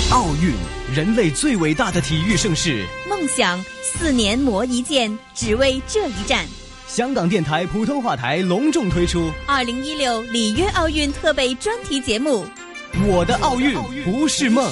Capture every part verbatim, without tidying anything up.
奥运，人类最伟大的体育盛事。 梦想，四年磨一剑，只为这一战。 香港电台普通话台隆重推出二零一六里约奥运特备专题节目 《我的奥运不是梦》，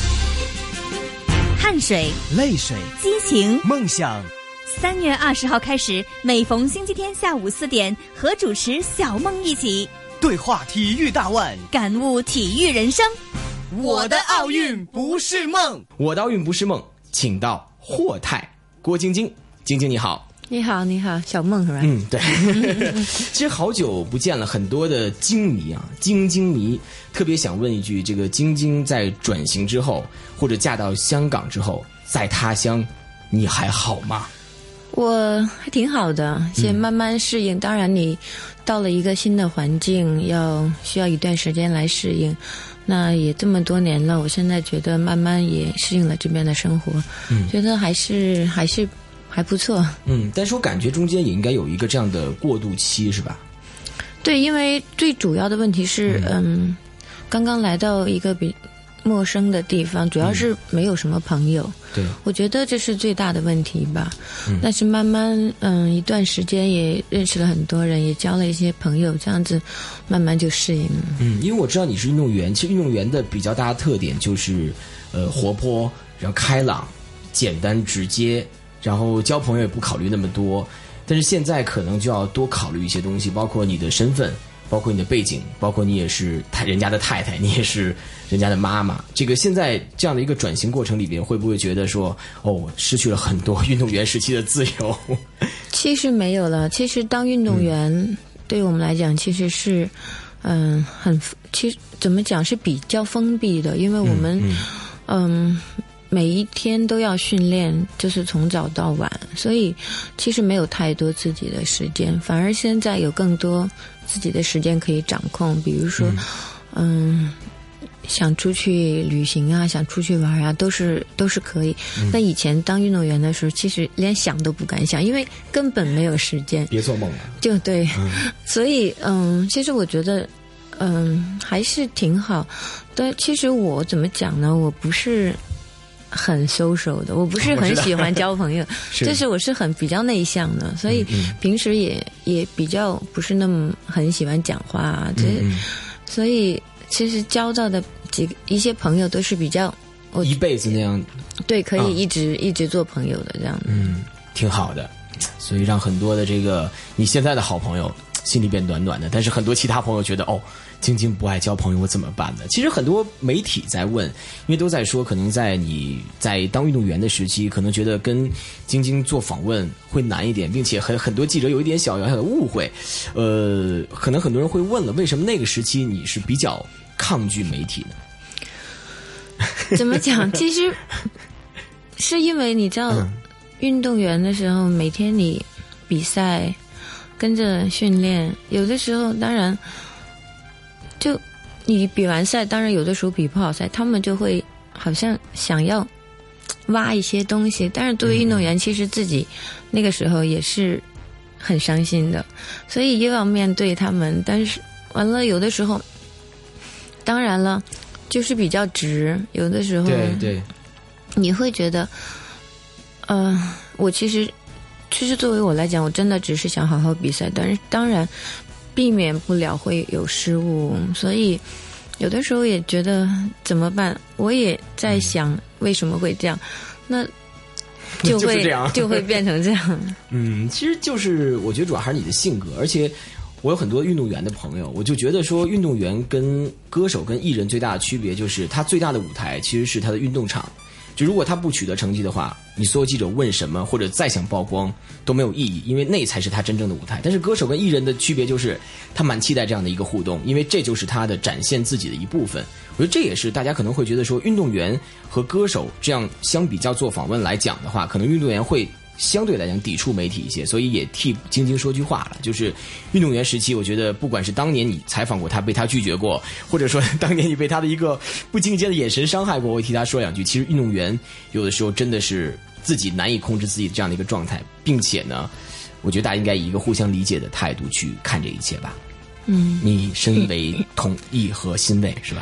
汗水、 泪水、 激情、 梦想。 三月二十号开始，每逢星期天下午四点，和主持小梦一起对话体育大腕， 感悟体育人生。 我的奥运不是梦， 我的奥运不是梦，请到霍泰郭晶晶。晶晶你好。 你好，你好，小梦是吧？ 嗯，对。其实好久不见了，很多的晶迷啊，晶晶迷特别想问一句：这个晶晶在转型之后，或者嫁到香港之后，在他乡，你还好吗？ 我还挺好的，先慢慢适应。嗯、当然，你到了一个新的环境，要需要一段时间来适应。那也这么多年了，我现在觉得慢慢也适应了这边的生活，嗯，觉得还是还是。还不错， 嗯，但是我感觉中间也应该有一个这样的过渡期，是吧？ 对，因为最主要的问题是，嗯，嗯刚刚来到一个比陌生的地方，主要是没有什么朋友， 对、嗯， 我觉得这是最大的问题吧。嗯，但是慢慢，嗯，一段时间也认识了很多人，也交了一些朋友，这样子慢慢就适应了。 嗯，因为我知道你是运动员，其实运动员的比较大的特点就是，呃，活泼，然后开朗，简单直接。然后交朋友也不考虑那么多，但是现在可能就要多考虑一些东西，包括你的身份，包括你的背景，包括你也是人家的太太，你也是人家的妈妈。这个现在这样的一个转型过程里边，会不会觉得说，哦，失去了很多运动员时期的自由？ 其实没有了，其实当运动员、嗯、对我们来讲，其实是，嗯、呃，很，其实怎么讲是比较封闭的，因为我们，嗯。嗯嗯每一天都要训练，就是从早到晚，所以其实没有太多自己的时间，反而现在有更多自己的时间可以掌控。比如说，嗯，嗯想出去旅行啊，想出去玩啊，都是都是可以。那、嗯、以前当运动员的时候，其实连想都不敢想，因为根本没有时间。 别做梦了。 就对，嗯、所以嗯，其实我觉得，嗯，还是挺好。但其实我怎么讲呢？我不是。很social的，我不是很喜欢交朋友，是就是我是很比较内向的，所以平时也、嗯、也比较不是那么很喜欢讲话啊，这、嗯、所以其实交到的几个一些朋友都是比较我一辈子那样， 对，可以一直、嗯、一直做朋友的这样的， 嗯，挺好的，所以让很多的这个你现在的好朋友心里变暖暖的，但是很多其他朋友觉得哦。晶晶不爱交朋友，我怎么办呢？其实很多媒体在问，因为都在说，可能在你在当运动员的时期，可能觉得跟晶晶做访问会难一点，并且很很多记者有一点小小的误会。呃，可能很多人会问了，为什么那个时期你是比较抗拒媒体呢？ 怎么讲？其实是因为你知道，嗯、运动员的时候，每天你比赛跟着训练，有的时候当然。就你比完赛，当然有的时候比不好赛，他们就会好像想要挖一些东西，但是作为运动员，其实自己那个时候也是很伤心的，所以又要面对他们，但是完了有的时候，当然了，就是比较直，有的时候对对， 你会觉得，呃，我其实其实作为我来讲，我真的只是想好好比赛，但是当然。避免不了会有失误，所以有的时候也觉得怎么办？我也在想为什么会这样，那就会、 就是、这样就会变成这样。 嗯，其实就是我觉得主要还是你的性格，而且我有很多运动员的朋友，我就觉得说运动员跟歌手跟艺人最大的区别就是他最大的舞台其实是他的运动场。就如果他不取得成绩的话，你所有记者问什么或者再想曝光都没有意义，因为那才是他真正的舞台。但是歌手跟艺人的区别就是他蛮期待这样的一个互动，因为这就是他的展现自己的一部分。我觉得这也是大家可能会觉得说运动员和歌手这样相比较做访问来讲的话，可能运动员会相对来讲抵触媒体一些，所以也替晶晶说句话了，就是运动员时期，我觉得不管是当年你采访过他被他拒绝过，或者说当年你被他的一个不经意间的眼神伤害过，我会替他说两句。其实运动员有的时候真的是自己难以控制自己这样的一个状态，并且呢我觉得大家应该以一个互相理解的态度去看这一切吧。嗯，你身为同意和欣慰是吧？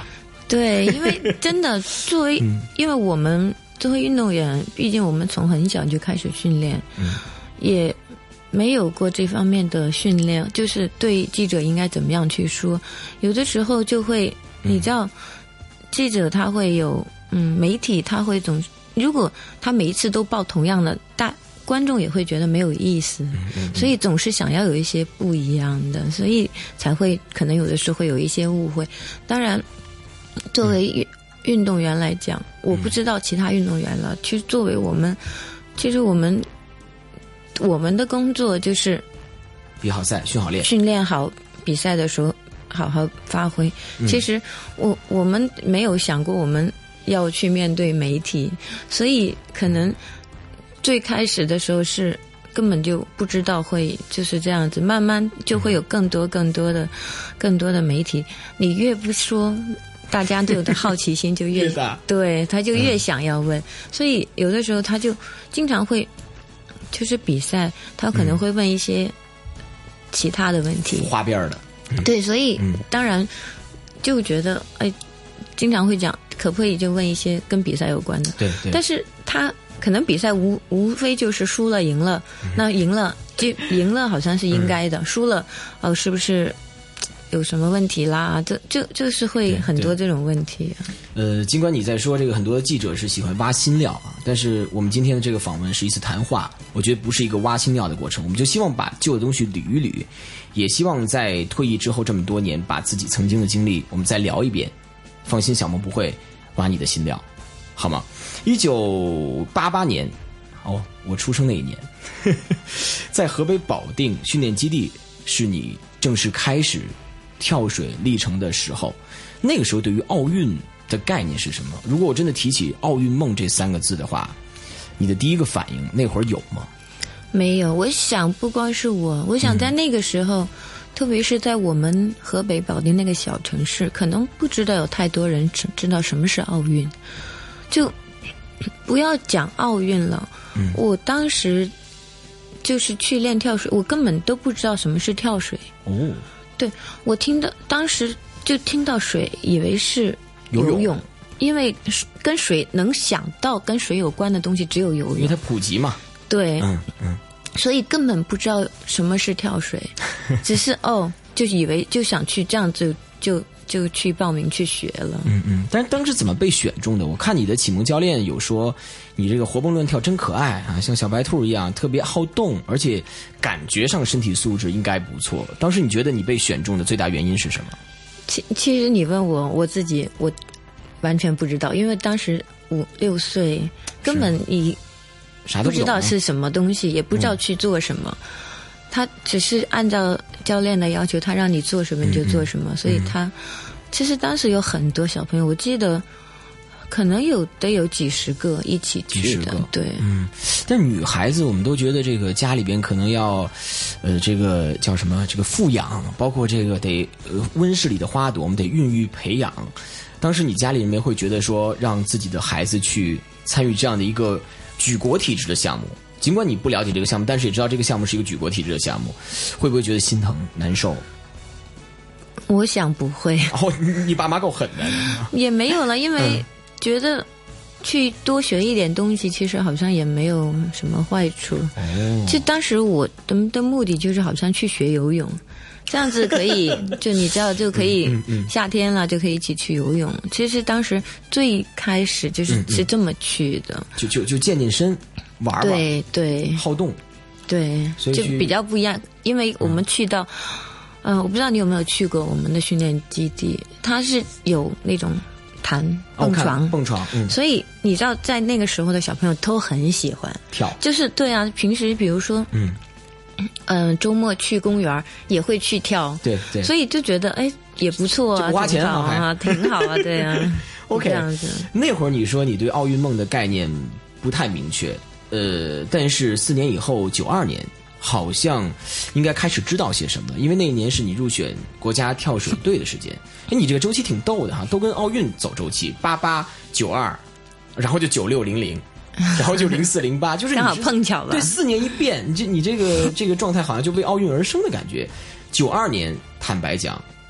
对，因为真的作为，嗯、因为我们作为运动员，毕竟我们从很小就开始训练，嗯、也没有过这方面的训练，就是对记者应该怎么样去说，有的时候就会，你知道，嗯、记者他会有，嗯，媒体他会总，如果他每一次都报同样的，大观众也会觉得没有意思，嗯嗯嗯，所以总是想要有一些不一样的，所以才会可能有的时候会有一些误会。当然，作为运运动员来讲，我不知道其他运动员了。其实作为我们，其实我们我们的工作就是比好赛、训好练、 训练好，比赛的时候好好发挥。嗯、其实我我们没有想过我们要去面对媒体，所以可能。最开始的时候是根本就不知道会就是这样子，慢慢就会有更多更多的、更多的媒体。你越不说，大家对我的好奇心就越大， 对，他就越想要问。嗯、所以有的时候他就经常会，就是比赛，他可能会问一些其他的问题， 花边的。 嗯、对，所以、嗯、当然就觉得哎，经常会讲，可不可以就问一些跟比赛有关的？ 对对。 但是他。可能比赛无无非就是输了赢了，嗯、那赢了就赢了，好像是应该的；嗯、输了，哦、呃，是不是有什么问题啦？这就就是会很多这种问题、啊。 呃，尽管你在说这个，很多记者是喜欢挖新料啊，但是我们今天的这个访问是一次谈话，我觉得不是一个挖新料的过程，我们就希望把旧的东西捋一捋，也希望在退役之后这么多年，把自己曾经的经历我们再聊一遍。放心，小萌不会挖你的新料，好吗？一九八八年，哦，我出生那一年，呵呵在河北保定训练基地是你正式开始跳水历程的时候。那个时候对于奥运的概念是什么？如果我真的提起奥运梦这三个字的话，你的第一个反应那会儿有吗？ 没有，我想不光是我，我想在那个时候、嗯、特别是在我们河北保定那个小城市，可能不知道有太多人知道什么是奥运，就不要讲奥运了、嗯、我当时就是去练跳水，我根本都不知道什么是跳水。哦，对，我听到当时就听到水以为是游泳，游泳因为跟水能想到跟水有关的东西只有游泳， 因为它普及嘛。 对， 嗯嗯， 所以根本不知道什么是跳水，只是哦就以为就想去这样子就就去报名去学了。 嗯嗯，但是当时怎么被选中的？我看你的启蒙教练有说，你这个活蹦乱跳真可爱啊，像小白兔一样，特别好动，而且感觉上身体素质应该不错。当时你觉得你被选中的最大原因是什么？ 其其实你问我，我自己我完全不知道，因为当时五六岁，根本你啥都不知道是什么东西，也不知道去做什么。嗯、他只是按照教练的要求，他让你做什么你就做什么，嗯、所以他、嗯、其实当时有很多小朋友，我记得可能有得有几十个一起去的，对， 嗯。但女孩子我们都觉得这个家里边可能要，呃，这个叫什么？这个富养，包括这个得、呃、温室里的花朵，我们得孕育培养。当时你家里人会觉得说，让自己的孩子去参与这样的一个举国体制的项目，尽管你不了解这个项目，但是也知道这个项目是一个举国体制的项目，会不会觉得心疼难受？ 我想不会。 哦，你爸妈够狠的。 也没有了，因为觉得去多学一点东西，其实好像也没有什么坏处。哦，其实当时我的的目的就是好像去学游泳，这样子可以，就你知道就可以，嗯嗯、夏天了就可以一起去游泳。其实当时最开始就是嗯嗯是这么去的， 就就就健健身，玩玩， 对对， 好动， 对， 所以就比较不一样。因为我们去到，嗯、呃，我不知道你有没有去过我们的训练基地，它是有那种弹蹦床， 哦、蹦床，嗯， 所以你知道，在那个时候的小朋友都很喜欢跳， 就是对啊，平时比如说，嗯。嗯、呃，周末去公园也会去跳， 对对， 所以就觉得哎也不错啊， 不花钱啊，挺好啊，对啊。 OK， 这样子。那会儿你说你对奥运梦的概念不太明确，呃，但是四年以后，九二年好像应该开始知道些什么，因为那一年是你入选国家跳水队的时间。哎，你这个周期挺逗的哈，都跟奥运走周期，八八九二，然后就九六零零。然后就零四零八，就是刚好碰巧了。 对，四年一变，你这你这个这个状态好像就为奥运而生的感觉。九二年，坦白讲，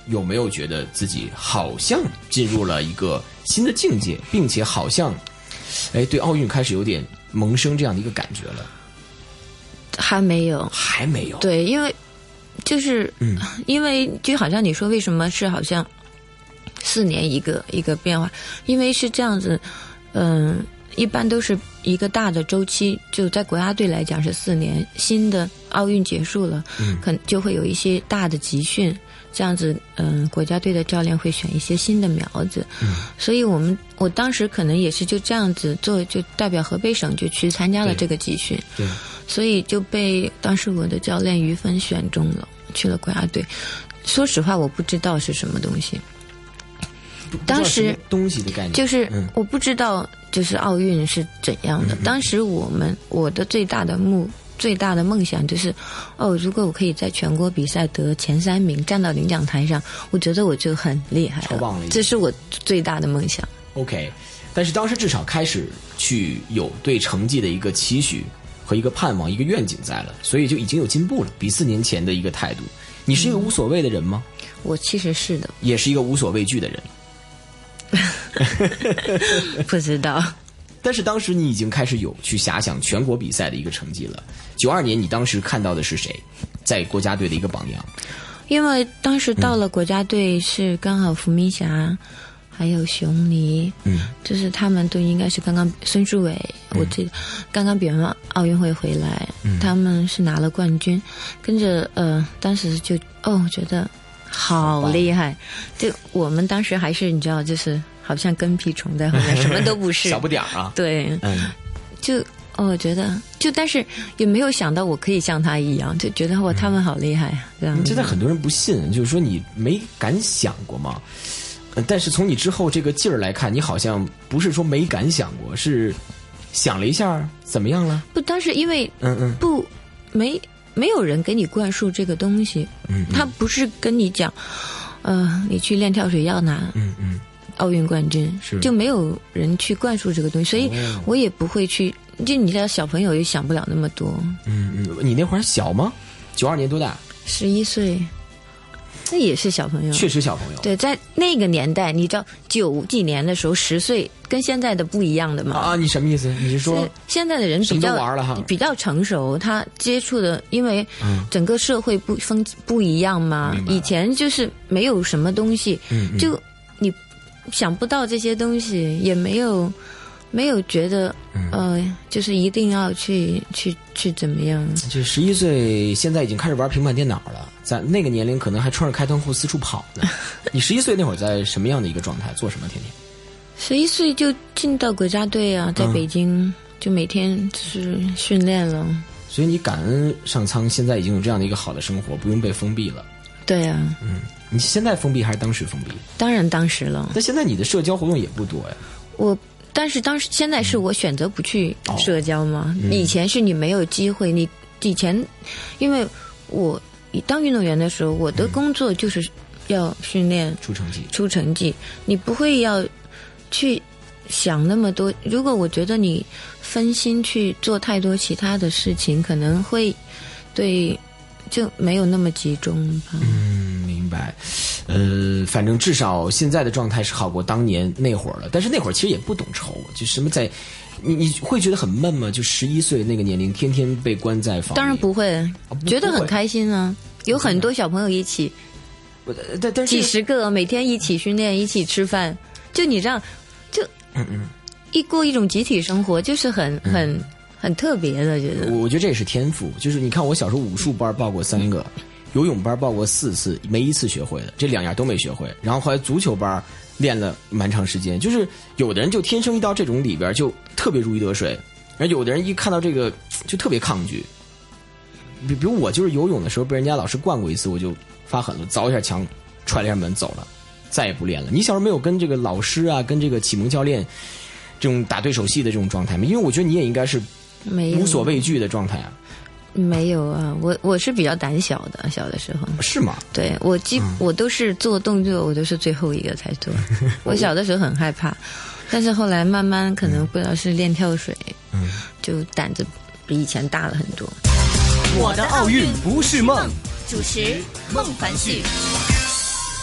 有没有觉得自己好像进入了一个新的境界，并且好像，哎，对奥运开始有点萌生这样的一个感觉了？ 还没有， 还没有。 对，因为就是，嗯，因为就好像你说，为什么是好像四年一个一个变化？因为是这样子，嗯、呃，一般都是一个大的周期，就在国家队来讲是四年，新的奥运结束了，嗯，可能就会有一些大的集训。这样子，嗯、呃，国家队的教练会选一些新的苗子，嗯，所以我们我当时可能也是就这样子做，就代表河北省就去参加了这个集训， 对， 所以就被当时我的教练于芬选中了，去了国家队。说实话，我不知道是什么东西，当时东西的概念就是我不知道，就是奥运是怎样的。嗯、当时我们我的最大的目。最大的梦想就是，哦，如果我可以在全国比赛得前三名，站到领奖台上，我觉得我就很厉害了， 超棒了， 这是我最大的梦想。 OK， 但是当时至少开始去有对成绩的一个期许和一个盼望、一个愿景在了，所以就已经有进步了，比四年前的一个态度。你是一个无所谓的人吗？ 嗯、我其实是的， 也是一个无所畏惧的人。 不知道。 但是当时你已经开始有去遐想全国比赛的一个成绩了。九二年你当时看到的是谁在国家队的一个榜样？ 因为当时到了国家队是刚好伏明霞还有熊妮，嗯，就是他们都应该是刚刚孙淑伟，嗯、我记得刚刚比完奥运会回来，嗯、他们是拿了冠军，跟着呃当时就哦觉得好厉害，就我们当时还是你知道就是好像跟屁虫在后面，什么都不是， 小不点儿啊， 对， 嗯， 就哦我觉得就但是也没有想到我可以像他一样，就觉得哇他们好厉害啊，这样。 现在很多人不信，就是说你没敢想过吗？但是从你之后这个劲儿来看，你好像不是说没敢想过，是想了一下，怎么样了？ 不，当时因为嗯嗯不没没有人给你灌输这个东西，嗯，他不是跟你讲，呃，你去练跳水要拿，嗯嗯，奥运冠军，是就没有人去灌输这个东西，所以我也不会去，就你这小朋友也想不了那么多。 嗯嗯，你那会儿小吗？九二年多大？ 十一岁。那也是小朋友， 确实小朋友。 对，在那个年代，你知道九几年的时候，十岁跟现在的不一样的嘛？ 啊，你什么意思？你是说现在的人比较玩了哈， 比较成熟，他接触的，因为整个社会不风不一样嘛。以前就是没有什么东西，嗯嗯就你想不到这些东西，也没有。没有觉得，呃，就是一定要去去去怎么样？ 就十一岁，现在已经开始玩平板电脑了，在那个年龄可能还穿着开裆裤四处跑呢。你十一岁那会儿在什么样的一个状态？做什么？天天？ 十一岁就进到国家队啊，在北京、嗯、就每天就是训练了。 所以你感恩上苍，现在已经有这样的一个好的生活，不用被封闭了。 对啊， 嗯，你现在封闭还是当时封闭？ 当然当时了。 但现在你的社交活动也不多呀。 我。但是当时现在是我选择不去社交嘛、嗯、以前是你没有机会，你以前因为我当运动员的时候，我的工作就是要训练出成绩出成绩，你不会要去想那么多，如果我觉得你分心去做太多其他的事情，可能会对就没有那么集中吧。 嗯，明白。呃，反正至少现在的状态是好过当年那会儿了。但是那会儿其实也不懂愁，就什么在，你你会觉得很闷吗？就十一岁那个年龄，天天被关在房里。 当然不会，啊、不觉得很开心啊！有很多小朋友一起， 但但是几十个每天一起训练，一起吃饭，就你这样，就嗯嗯，一过一种集体生活，就是很很、嗯、很特别的，觉得。 我觉得这也是天赋，就是你看我小时候武术班报过三个。游泳班报过四次，没一次学会的，这两样都没学会。然后后来足球班练了蛮长时间，就是有的人就天生一到这种里边就特别如鱼得水，而有的人一看到这个就特别抗拒。比比如我就是游泳的时候被人家老师灌过一次，我就发狠了，凿一下墙，踹了一下门走了，再也不练了。你小时候没有跟这个老师啊，跟这个启蒙教练这种打对手戏的这种状态吗？因为我觉得你也应该是无所畏惧的状态啊。 没有啊，我我是比较胆小的，小的时候。 是吗？ 对，我基、嗯、我都是做动作，我都是最后一个才做。我小的时候很害怕，但是后来慢慢可能不知道是练跳水，嗯，就胆子比以前大了很多。 我的奥运不是梦， 主持孟凡旭。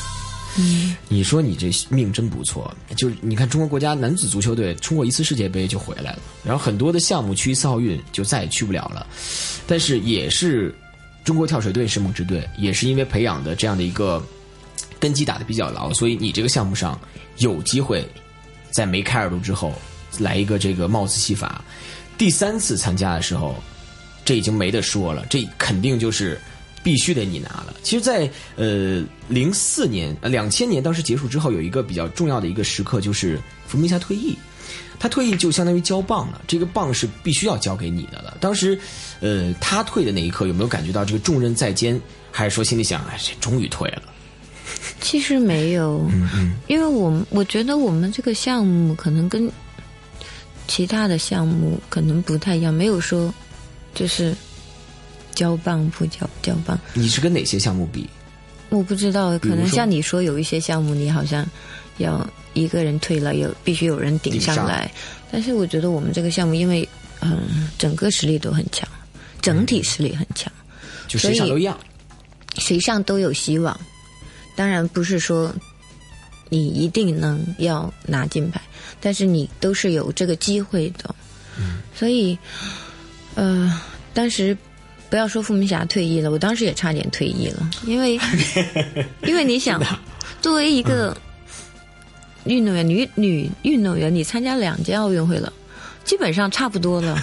嗯，你说你这命真不错，就是你看中国国家男子足球队冲过一次世界杯就回来了，然后很多的项目去一次奥运就再也去不了了，但是也是中国跳水队是梦之队，也是因为培养的这样的一个根基打得比较牢，所以你这个项目上有机会在梅开二度之后来一个这个帽子戏法。第三次参加的时候，这已经没得说了，这肯定就是必须得你拿了。其实在呃零四年呃两千年当时结束之后，有一个比较重要的一个时刻，就是伏明霞退役。他退役就相当于交棒了，这个棒是必须要交给你的了。当时呃他退的那一刻，有没有感觉到这个重任在肩，还是说心里想哎这终于退了？ 其实没有，嗯嗯，因为我我觉得我们这个项目可能跟其他的项目可能不太一样，没有说就是交棒不交交棒。 你是跟哪些项目比？ 我不知道，可能像你说有一些项目你好像要一个人退了，有必须有人顶上来，但是我觉得我们这个项目因为嗯整个实力都很强，整体实力很强， 嗯、就谁上都一样， 谁上都有希望。当然不是说你一定能要拿金牌，但是你都是有这个机会的。嗯，所以呃当时不要说伏明霞退役了，我当时也差点退役了，因为因为你想作为一个运动员，女女运动员，你参加两届奥运会了，基本上差不多了。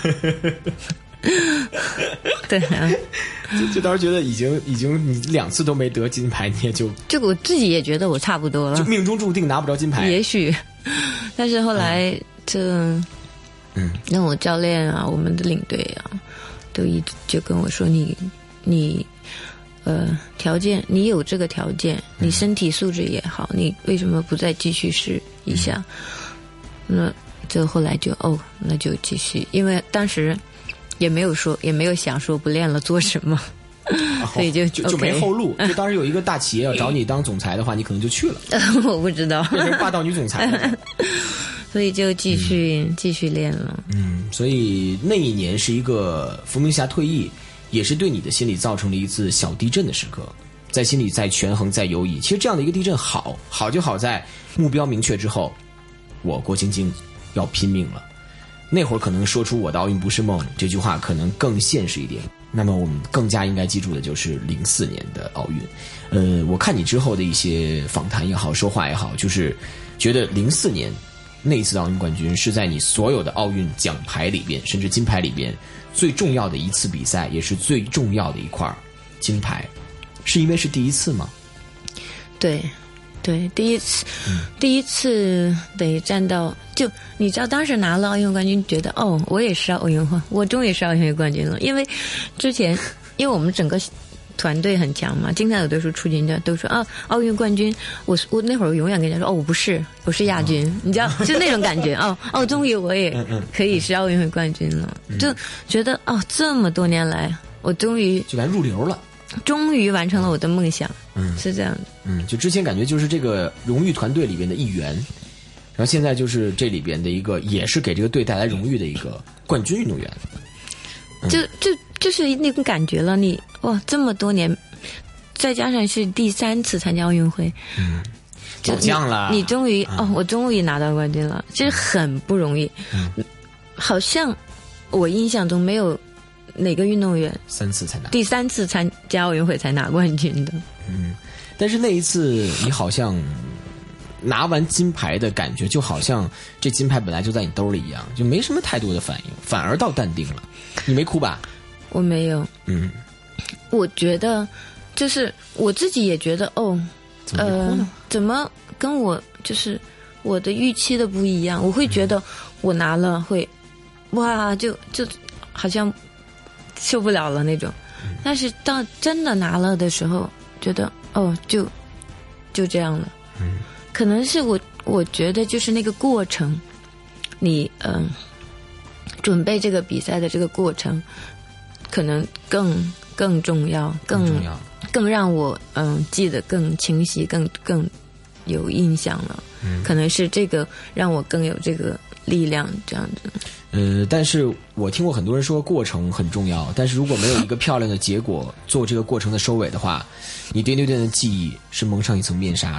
对啊， 就就当时觉得已经已经你两次都没得金牌，你也就就我自己也觉得我差不多了， 就命中注定拿不着金牌。 也许，但是后来这嗯，那我教练啊，我们的领队啊，都一直就跟我说你你呃条件，你有这个条件，你身体素质也好，你为什么不再继续试一下？嗯、那这后来就哦，那就继续，因为当时。也没有说，也没有想说不练了做什么，哦、所以就就就没后路。就当时有一个大企业要找你当总裁的话，你可能就去了。 我不知道， 变成霸道女总裁了。 所以就继续、嗯、继续练了。 嗯，所以那一年是一个伏明霞退役，也是对你的心理造成了一次小地震的时刻，在心里在权衡在犹疑。其实这样的一个地震好，好就好在目标明确之后，我郭晶晶要拼命了。那会儿可能说出我的奥运不是梦这句话可能更现实一点，那么我们更加应该记住的就是零四年的奥运。呃，我看你之后的一些访谈也好，说话也好，就是觉得零四年那一次的奥运冠军是在你所有的奥运奖牌里边，甚至金牌里边最重要的一次比赛，也是最重要的一块金牌，是因为是第一次吗？ 对。对，第一次，嗯、第一次得站到，就你知道，当时拿了奥运冠军，觉得哦，我也是奥运会，我终于是奥运会冠军了。因为之前，因为我们整个团队很强嘛，经常有的时候出军的都说啊，奥运冠军，我我那会儿永远跟人家说，哦，我不是，我是亚军，哦、你知道，就那种感觉，哦哦，终于我也可以是奥运会冠军了，嗯、就觉得哦，这么多年来，我终于就敢入流了。 终于完成了我的梦想，嗯，是这样的， 嗯，就之前感觉就是这个荣誉团队里边的一员，然后现在就是这里边的一个，也是给这个队带来荣誉的一个冠军运动员， 嗯、就就就是那种感觉了。你哇，这么多年，再加上是第三次参加奥运会， 嗯，走将了， 你终于、嗯、哦，我终于拿到冠军了，其实很不容易，嗯，好像我印象中没有。哪个运动员三次才拿？ 第三次参加奥运会才拿冠军的。 嗯，但是那一次你好像拿完金牌的感觉，就好像这金牌本来就在你兜里一样，就没什么太多的反应，反而倒淡定了。你没哭吧？ 我没有。嗯，我觉得就是我自己也觉得哦， 怎么没哭呢？ 呃，怎么跟我就是我的预期的不一样？我会觉得我拿了会，哇，就就好像。受不了了那种，但是到真的拿了的时候，觉得哦，就就这样了。嗯，可能是我我觉得就是那个过程，你嗯、呃、准备这个比赛的这个过程，可能更更重要，更更重要， 更让我嗯、呃、记得更清晰，更更有印象了。嗯，可能是这个让我更有这个力量，这样子。 呃，但是我听过很多人说过程很重要，但是如果没有一个漂亮的结果做这个过程的收尾的话，你对那段的记忆是蒙上一层面纱的。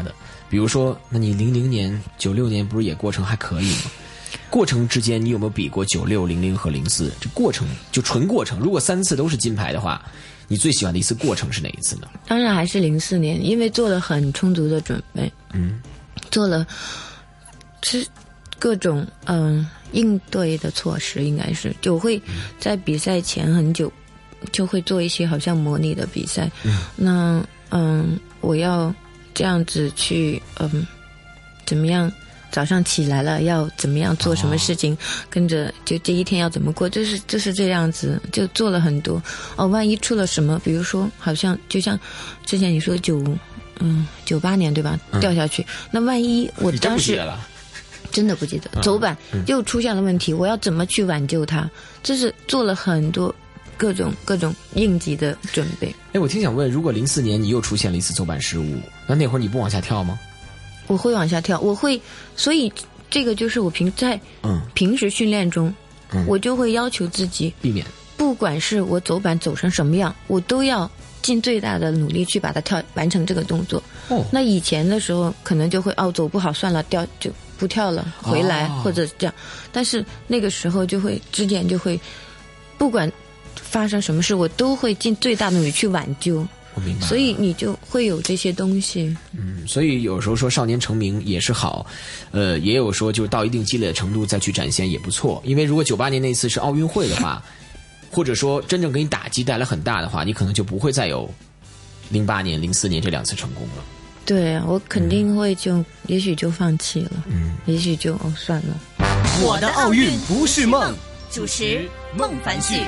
比如说，那你零零年、九六年不是也过程还可以吗？过程之间你有没有比过九六、零零和零四？这过程就纯过程，如果三次都是金牌的话，你最喜欢的一次过程是哪一次呢？ 当然还是零四年，因为做了很充足的准备， 嗯， 做了是各种嗯、呃、应对的措施，应该是就会在比赛前很久就会做一些好像模拟的比赛，嗯，那嗯我要这样子去嗯怎么样？早上起来了要怎么样做什么事情，哦、跟着就这一天要怎么过，就是就是这样子，就做了很多。哦，万一出了什么，比如说，好像就像之前你说九嗯九八年对吧，嗯、掉下去，那万一我当时真的不记得，走板又出现了问题，嗯、我要怎么去挽救它？就是做了很多各种各种应急的准备。 哎，我挺想问，如果零四年你又出现了一次走板失误，那那会儿你不往下跳吗？ 我会往下跳，我会，所以这个就是我平在嗯平时训练中，嗯、我就会要求自己避免， 不管是我走板走成什么样，我都要尽最大的努力去把它跳完成这个动作。哦，那以前的时候可能就会哦走不好算了，掉就不跳了，回来、哦、或者这样，但是那个时候就会之前就会，不管发生什么事，我都会尽最大的努力去挽救。 我明白， 所以你就会有这些东西。 嗯，所以有时候说少年成名也是好，呃，也有说就是到一定积累的程度再去展现也不错。因为如果九八年那次是奥运会的话，或者说真正给你打击带来很大的话，你可能就不会再有零八年、零四年这两次成功了。 对啊，我肯定会就、嗯、也许就放弃了，嗯，也许就哦算了。 我的奥运不是梦， 主持孟凡旭。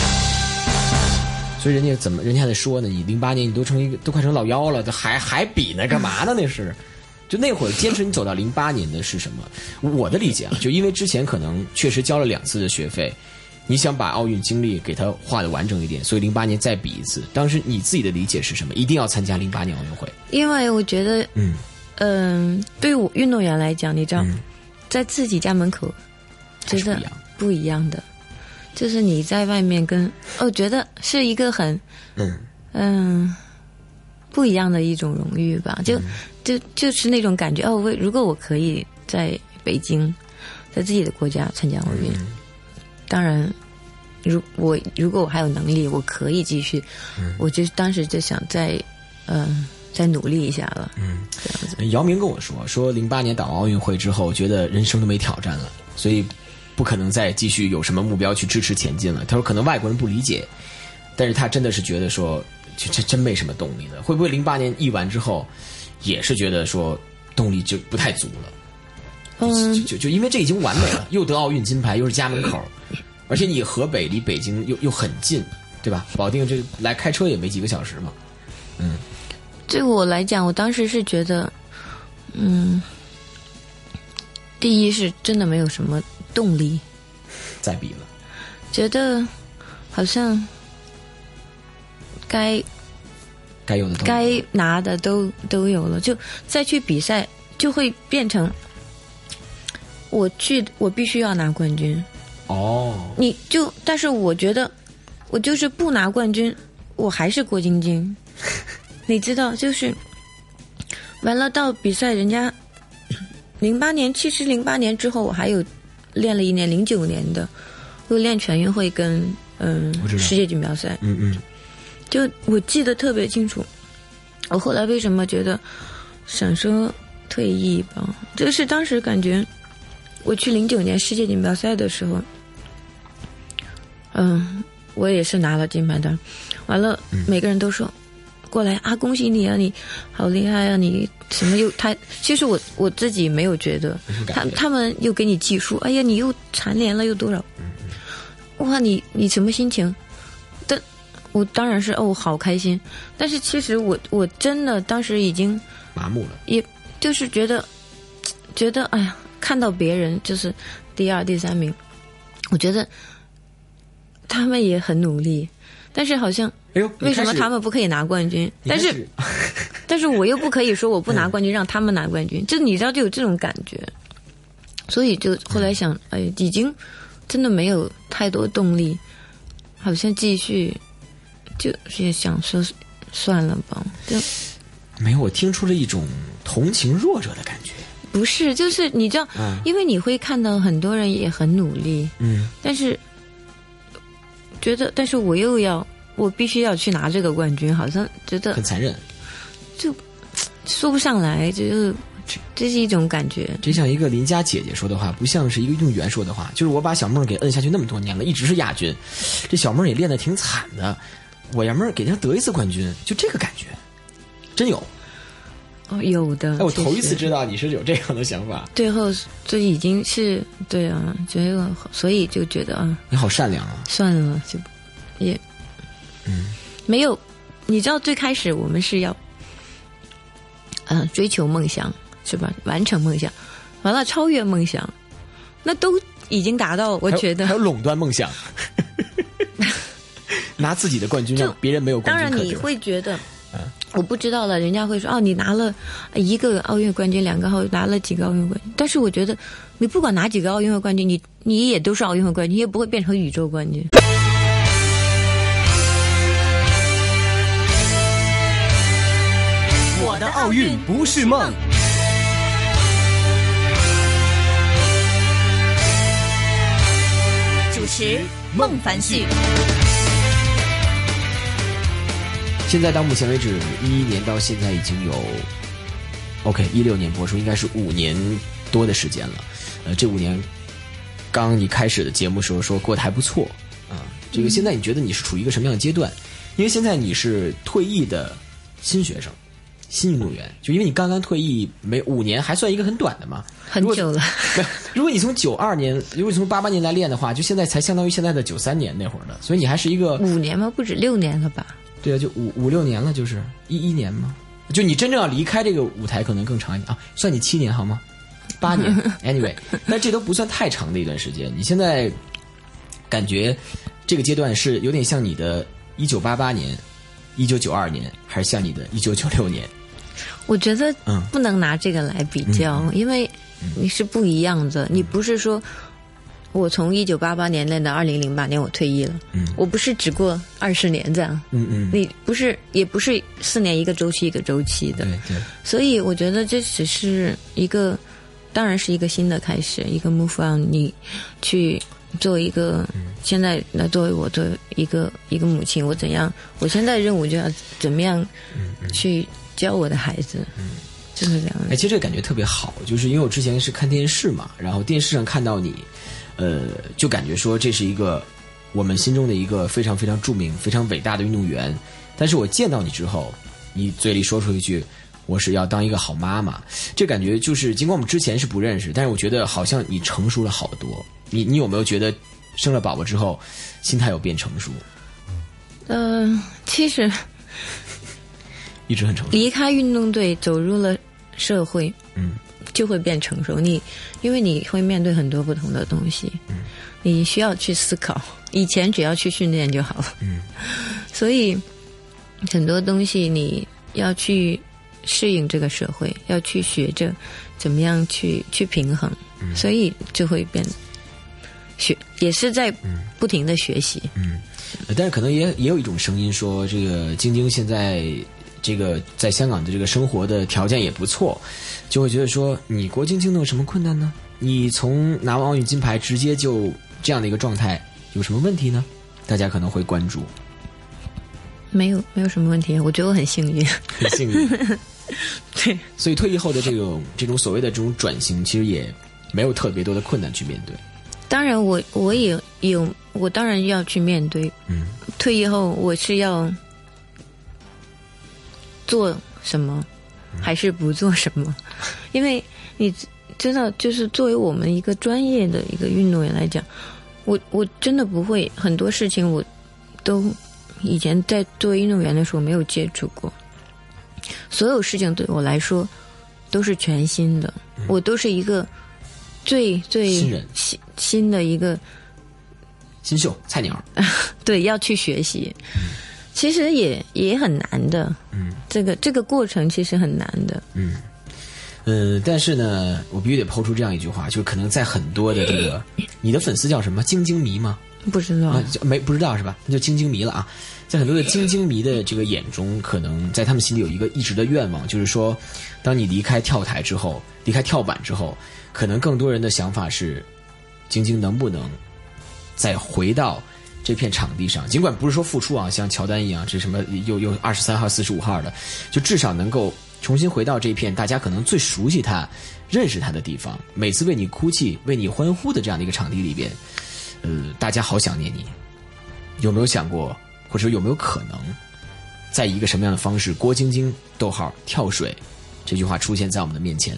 所以人家怎么人家还在说呢？你零八年你都成一个都快成老妖了，这还还比呢？干嘛呢？那是，就那会儿坚持你走到零八年的是什么？我的理解啊，就因为之前可能确实交了两次的学费，你想把奥运经历给它画得完整一点，所以零八年再比一次。当时你自己的理解是什么？一定要参加零八年奥运会？ 因为我觉得，嗯嗯、呃，对于我运动员来讲，你知道，嗯、在自己家门口，觉得不一样的。就是你在外面跟我、哦、觉得是一个很嗯嗯不一样的一种荣誉吧，就、嗯、就就是那种感觉哦，为如果我可以在北京，在自己的国家参加奥运，嗯、当然，如我如果我还有能力，我可以继续，嗯、我就当时就想再嗯、呃、再努力一下了。嗯，这样子。 姚明跟我说说零八年打完奥运会之后，觉得人生都没挑战了，所以。不可能再继续有什么目标去支持前进了。他说可能外国人不理解，但是他真的是觉得说这这真没什么动力了。会不会零八年一完之后也是觉得说动力就不太足了？嗯，就就就因为这已经完美了，又得奥运金牌，又是家门口，而且你河北离北京又又很近，对吧？保定这来开车也没几个小时嘛。嗯， 对我来讲，我当时是觉得，嗯，第一是真的没有什么动力再比了， 觉得好像该该有的该拿的都都有了，就再去比赛就会变成我去我必须要拿冠军哦。你就但是我觉得我就是不拿冠军，我还是郭晶晶，你知道，就是完了到比赛，人家零八年，其实零八年之后我还有。练了一年，零九年的，又练全运会跟嗯世界锦标赛，嗯嗯，就我记得特别清楚。我后来为什么觉得想说退役吧，就是当时感觉我去零九年世界锦标赛的时候，嗯，我也是拿了金牌的，完了、嗯、每个人都说过来啊，恭喜你啊，你好厉害啊，你什么又他其实我我自己没有觉得，他他们又给你计数，哎呀，你又蝉联了又多少，哇，你你什么心情？但我当然是哦，好开心，但是其实我我真的当时已经麻木了， 也就是觉得觉得哎呀，看到别人就是第二第三名，我觉得他们也很努力，但是好像。 哎呦， 为什么他们不可以拿冠军？但是，但是我又不可以说我不拿冠军，让他们拿冠军，就你知道，就有这种感觉。所以就后来想，哎，已经真的没有太多动力，好像继续，就也想说算了吧。就没有，我听出了一种同情弱者的感觉。 不是，就是你知道、嗯、因为你会看到很多人也很努力，嗯，但是觉得但是我又要我必须要去拿这个冠军，好像觉得很残忍， 就说不上来，就是这是一种感觉。 这像一个邻家姐姐说的话，不像是一个运动员说的话。就是我把小梦给摁下去那么多年了，一直是亚军，这小梦也练得挺惨的，我要么给人家得一次冠军，就这个感觉，真有。 哦，有的。 哎，我头一次知道你是有这样的想法。 最后这已经是对啊，觉得所以就觉得啊， 你好善良啊。 算了，就也嗯没有。你知道最开始我们是要嗯、呃、追求梦想是吧？完成梦想，完了超越梦想，那都已经达到，我觉得还有, 还有垄断梦想，拿自己的冠军让别人没有冠军可得。 当然你会觉得。我不知道了，人家会说哦，你拿了一个奥运冠军，两个奥拿了几个奥运冠军。但是我觉得，你不管拿几个奥运会冠军，你你也都是奥运会冠军，也不会变成宇宙冠军。 我的奥运不是梦。 主持孟凡旭。 现在到目前为止，一一年到现在已经有 ，OK， 一六年播出，应该是五年多的时间了。呃，这五年，刚你开始的节目时候说过得还不错啊、呃。这个现在你觉得你是处于一个什么样的阶段？因为现在你是退役的新学生、新运动员，就因为你刚刚退役没五年，还算一个很短的嘛， 很久了。 如果你从九二年，如果你从八八年来练的话，就现在才相当于现在的九三年那会儿的，所以你还是一个五年吗？不止六年了吧？ 对啊，就五五六年了，就是一一年嘛。就你真正要离开这个舞台，可能更长一点啊，算你七年好吗？八年 ，anyway， 但这都不算太长的一段时间。你现在感觉这个阶段是有点像你的一九八八年、一九九二年，还是像你的一九九六年？ 我觉得不能拿这个来比较，嗯、因为你是不一样的。嗯、你不是说。我从一九八八年练到二零零八年，我退役了。嗯，我不是只过二十年这样。嗯嗯，你不是，也不是四年一个周期一个周期的。 对对。 所以我觉得这只是一个，当然是一个新的开始，一个 move on。你去做一个，嗯、现在来作为我作为一个一个母亲，我怎样？我现在任务就要怎么样去教我的孩子。嗯。就是这样。 哎，其实这个感觉特别好，就是因为我之前是看电视嘛，然后电视上看到你。呃，就感觉说这是一个我们心中的一个非常非常著名、非常伟大的运动员。但是我见到你之后，你嘴里说出一句“我是要当一个好妈妈”，这感觉就是尽管我们之前是不认识，但是我觉得好像你成熟了好多。你你有没有觉得生了宝宝之后，心态有变成熟？ 嗯、呃，其实一直很成熟。 离开运动队，走入了社会，嗯。就会变成熟，你因为你会面对很多不同的东西，嗯，你需要去思考。以前只要去训练就好了，嗯，所以很多东西你要去适应这个社会，要去学着怎么样去去平衡，嗯，所以就会变学，也是在不停的学习， 嗯，嗯但是可能也也有一种声音说，这个晶晶现在。这个在香港的这个生活的条件也不错，就会觉得说你国晶晶能有什么困难呢？你从拿完奥运金牌直接就这样的一个状态，有什么问题呢？大家可能会关注。 没有，没有什么问题。我觉得我很幸运， 很幸运。 对， 所以退役后的这种这种所谓的这种转型，其实也没有特别多的困难去面对。 当然我，我我也有，我当然要去面对。嗯，退役后我是要。做什么还是不做什么，因为你知道，就是作为我们一个专业的一个运动员来讲，我我真的不会很多事情，我都以前在作为运动员的时候没有接触过，所有事情对我来说都是全新的，嗯、我都是一个最最新人新新的一个新秀菜鸟， 对，要去学习。嗯其实也也很难的，嗯，这个这个过程其实很难的， 嗯，呃，但是呢，我必须得抛出这样一句话，就是可能在很多的这个，你的粉丝叫什么？晶晶迷吗？ 不知道、 啊、没不知道是吧？那就晶晶迷了啊。在很多的晶晶迷的这个眼中，可能在他们心里有一个一直的愿望，就是说，当你离开跳台之后，离开跳板之后，可能更多人的想法是，晶晶能不能再回到这片场地上？尽管不是说复出啊，像乔丹一样，这什么又又二十三号、四十五号的，就至少能够重新回到这片大家可能最熟悉他、认识他的地方，每次为你哭泣、为你欢呼的这样的一个场地里边，呃，大家好想念你。有没有想过？或者有没有可能，在一个什么样的方式，郭晶晶逗号跳水这句话出现在我们的面前？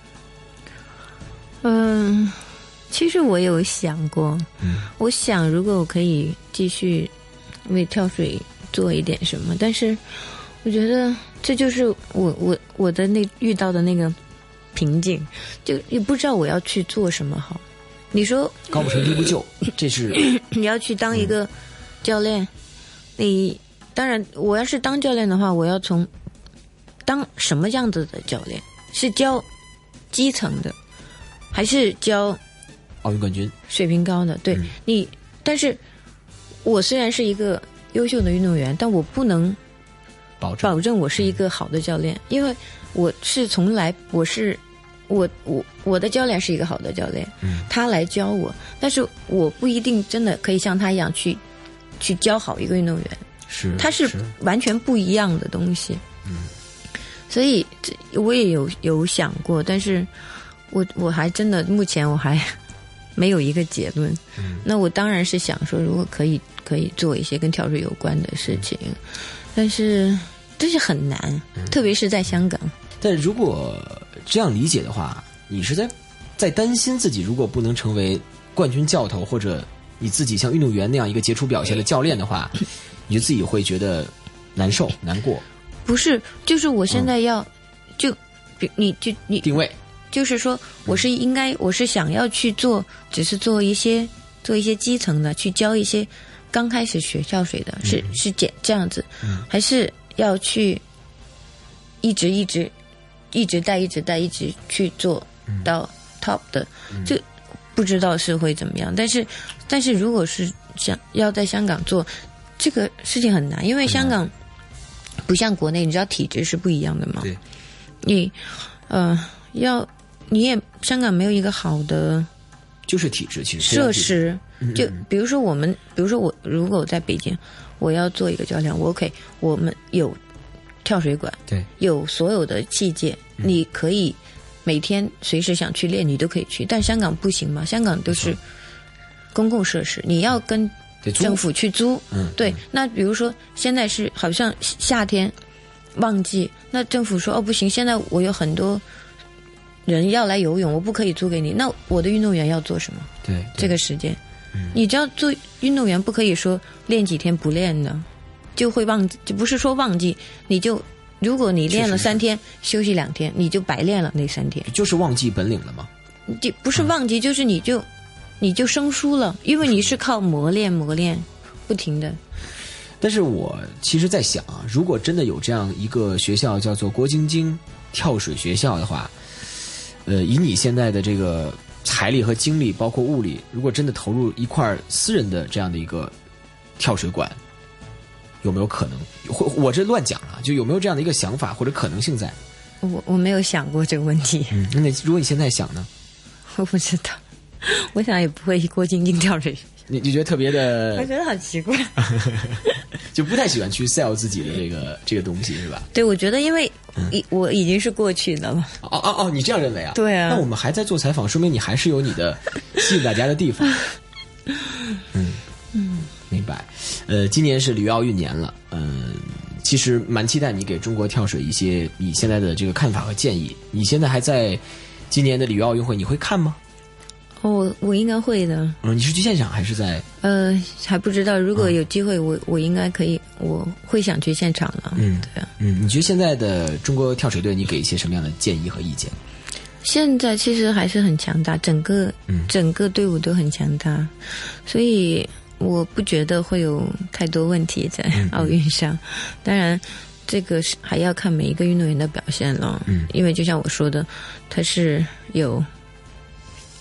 嗯，其实我有想过， 嗯， 我想如果我可以继续为跳水做一点什么，但是我觉得这就是我我我的那遇到的那个瓶颈，就也不知道我要去做什么好。你说高不成低不就，这是你要去当一个教练。嗯，你当然，我要是当教练的话，我要从当什么样子的教练？是教基层的，还是教奥运冠军水平高的？对、嗯、你，但是我虽然是一个优秀的运动员，但我不能保证保证我是一个好的教练，嗯、因为我是从来我是我我我的教练是一个好的教练， 嗯， 他来教我，但是我不一定真的可以像他一样去。去教好一个运动员， 是它是完全不一样的东西。 嗯， 所以我也有有想过，但是我我还真的目前我还没有一个结论。 嗯， 那我当然是想说，如果可以可以做一些跟跳水有关的事情，嗯、但是这是很难、嗯，特别是在香港。 但如果这样理解的话，你是在在担心自己如果不能成为冠军教头或者。你自己像运动员那样一个杰出表现的教练的话，你就自己会觉得难受难过。 不是，就是我现在要、嗯、就你就你定位， 就是说我是应该、嗯、我是想要去做，只是做一些做一些基层的，去教一些刚开始学跳水的，嗯、是是这这样子、嗯，还是要去一直一直一直带一直带一直去做到 top 的，嗯、就。不知道是会怎么样，但是，但是如果是想要在香港做这个事情很难，因为香港不像国内，你知道体制是不一样的嘛。 对， 你呃要你也香港没有一个好的就是体制，其实设施， 嗯、 就比如说我们，比如说我如果我在北京，我要做一个教练，我 OK， 我们有跳水馆， 对，有所有的器械，嗯、你可以。每天随时想去练你都可以去，但香港不行嘛？香港都是公共设施，你要跟政府去租。 嗯， 对。那比如说现在是好像夏天旺季，那政府说哦不行，现在我有很多人要来游泳，我不可以租给你。那我的运动员要做什么？ 对，对这个时间， 嗯、 你知道做运动员不可以说练几天不练的，就会忘记，就不是说忘记，你就。如果你练了三天，休息两天，你就白练了那三天， 就是忘记本领了吗？ 就不是忘记，嗯、就是你就你就生疏了，因为你是靠磨练磨练，不停的。 但是我其实在想啊，如果真的有这样一个学校叫做郭晶晶跳水学校的话，呃，以你现在的这个财力和精力，包括物力，如果真的投入一块私人的这样的一个跳水馆。有没有可能？我这乱讲了，就有没有这样的一个想法或者可能性在？ 我我没有想过这个问题。 嗯，那如果你现在想呢？ 我不知道，我想也不会郭晶晶跳水。 你你觉得特别的？ 我觉得很奇怪， 就不太喜欢去 sell 自己的这个这个东西是吧？ 对，我觉得因为已、嗯、我已经是过去的了。 哦哦哦，你这样认为啊？ 对啊。 那我们还在做采访，说明你还是有你的吸引大家的地方。嗯嗯。 明白，呃，今年是里约奥运年了，嗯、呃，其实蛮期待你给中国跳水一些你现在的这个看法和建议。你现在还在今年的里约奥运会，你会看吗？ 哦，我应该会的。 嗯，你是去现场还是在？ 呃，还不知道。如果有机会，我、嗯、我应该可以，我会想去现场了。 嗯， 对啊。 嗯，你觉得现在的中国跳水队，你给一些什么样的建议和意见？ 现在其实还是很强大，整个、嗯、整个队伍都很强大，所以。我不觉得会有太多问题在奥运上，嗯嗯当然这个是还要看每一个运动员的表现了。嗯，因为就像我说的，他是有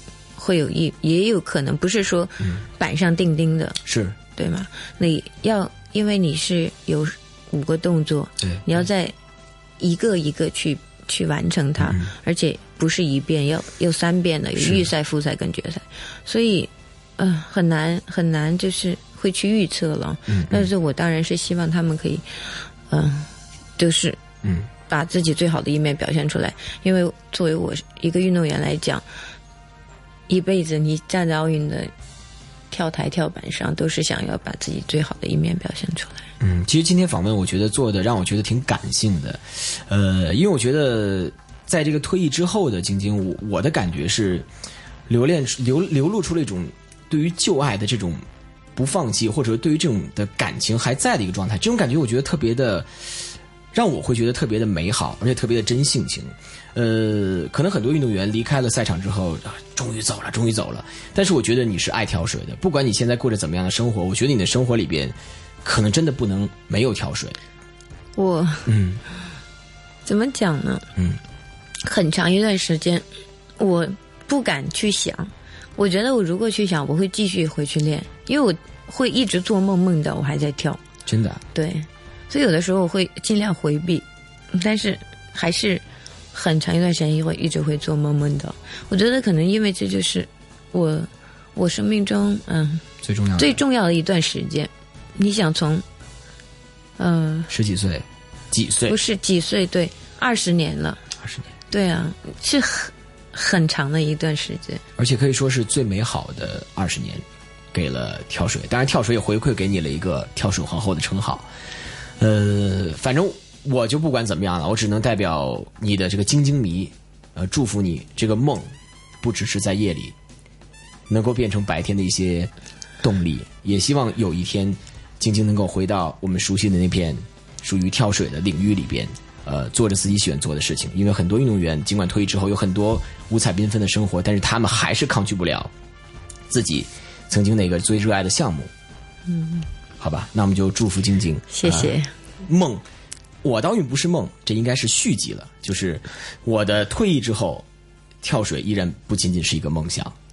会有一也有可能不是说板上钉钉的， 是对吗？你要因为你是有五个动作， 对， 你要在一个一个去去完成它，嗯、而且不是一遍，要有三遍的，有预赛、复赛跟决赛，所以呃很难很难，就是会去预测了。嗯，但是我当然是希望他们可以，嗯、呃，就是嗯把自己最好的一面表现出来，因为作为我一个运动员来讲，一辈子你站在奥运的跳台跳板上，都是想要把自己最好的一面表现出来。 嗯，其实今天访问我觉得做的让我觉得挺感性的，呃，因为我觉得在这个退役之后的晶晶，我我的感觉是流恋流流露出了一种对于旧爱的这种不放弃，或者对于这种的感情还在的一个状态。这种感觉我觉得特别的，让我会觉得特别的美好，而且特别的真性情。呃，可能很多运动员离开了赛场之后，啊，终于走了，终于走了。但是我觉得你是爱跳水的，不管你现在过着怎么样的生活，我觉得你的生活里边可能真的不能没有跳水。 我嗯， 怎么讲呢？ 嗯， 很长一段时间，我不敢去想。我觉得我如果去想，我会继续回去练，因为我会一直做梦，梦到我还在跳。 真的？ 对，所以有的时候我会尽量回避，但是还是很长一段时间会一直会做梦梦的。我觉得可能因为这就是我我生命中嗯最重要的最重要的一段时间。你想从嗯、呃、 十几岁几岁不是几岁，对，二十年了。 二十年， 对啊，是很很长的一段时间， 而且可以说是最美好的二十年，给了跳水。当然，跳水也回馈给你了一个跳水皇后的称号。呃，反正我就不管怎么样了，我只能代表你的这个晶晶迷，呃，祝福你这个梦，不只是在夜里，能够变成白天的一些动力。也希望有一天，晶晶能够回到我们熟悉的那片属于跳水的领域里边，呃，做着自己喜欢做的事情。因为很多运动员尽管退役之后有很多五彩缤纷的生活，但是他们还是抗拒不了自己曾经那个最热爱的项目。 嗯， 好吧，那我们就祝福晶晶。 谢谢。 呃、梦，我的奥运不是梦，这应该是续集了。就是我的退役之后，跳水依然不仅仅是一个梦想。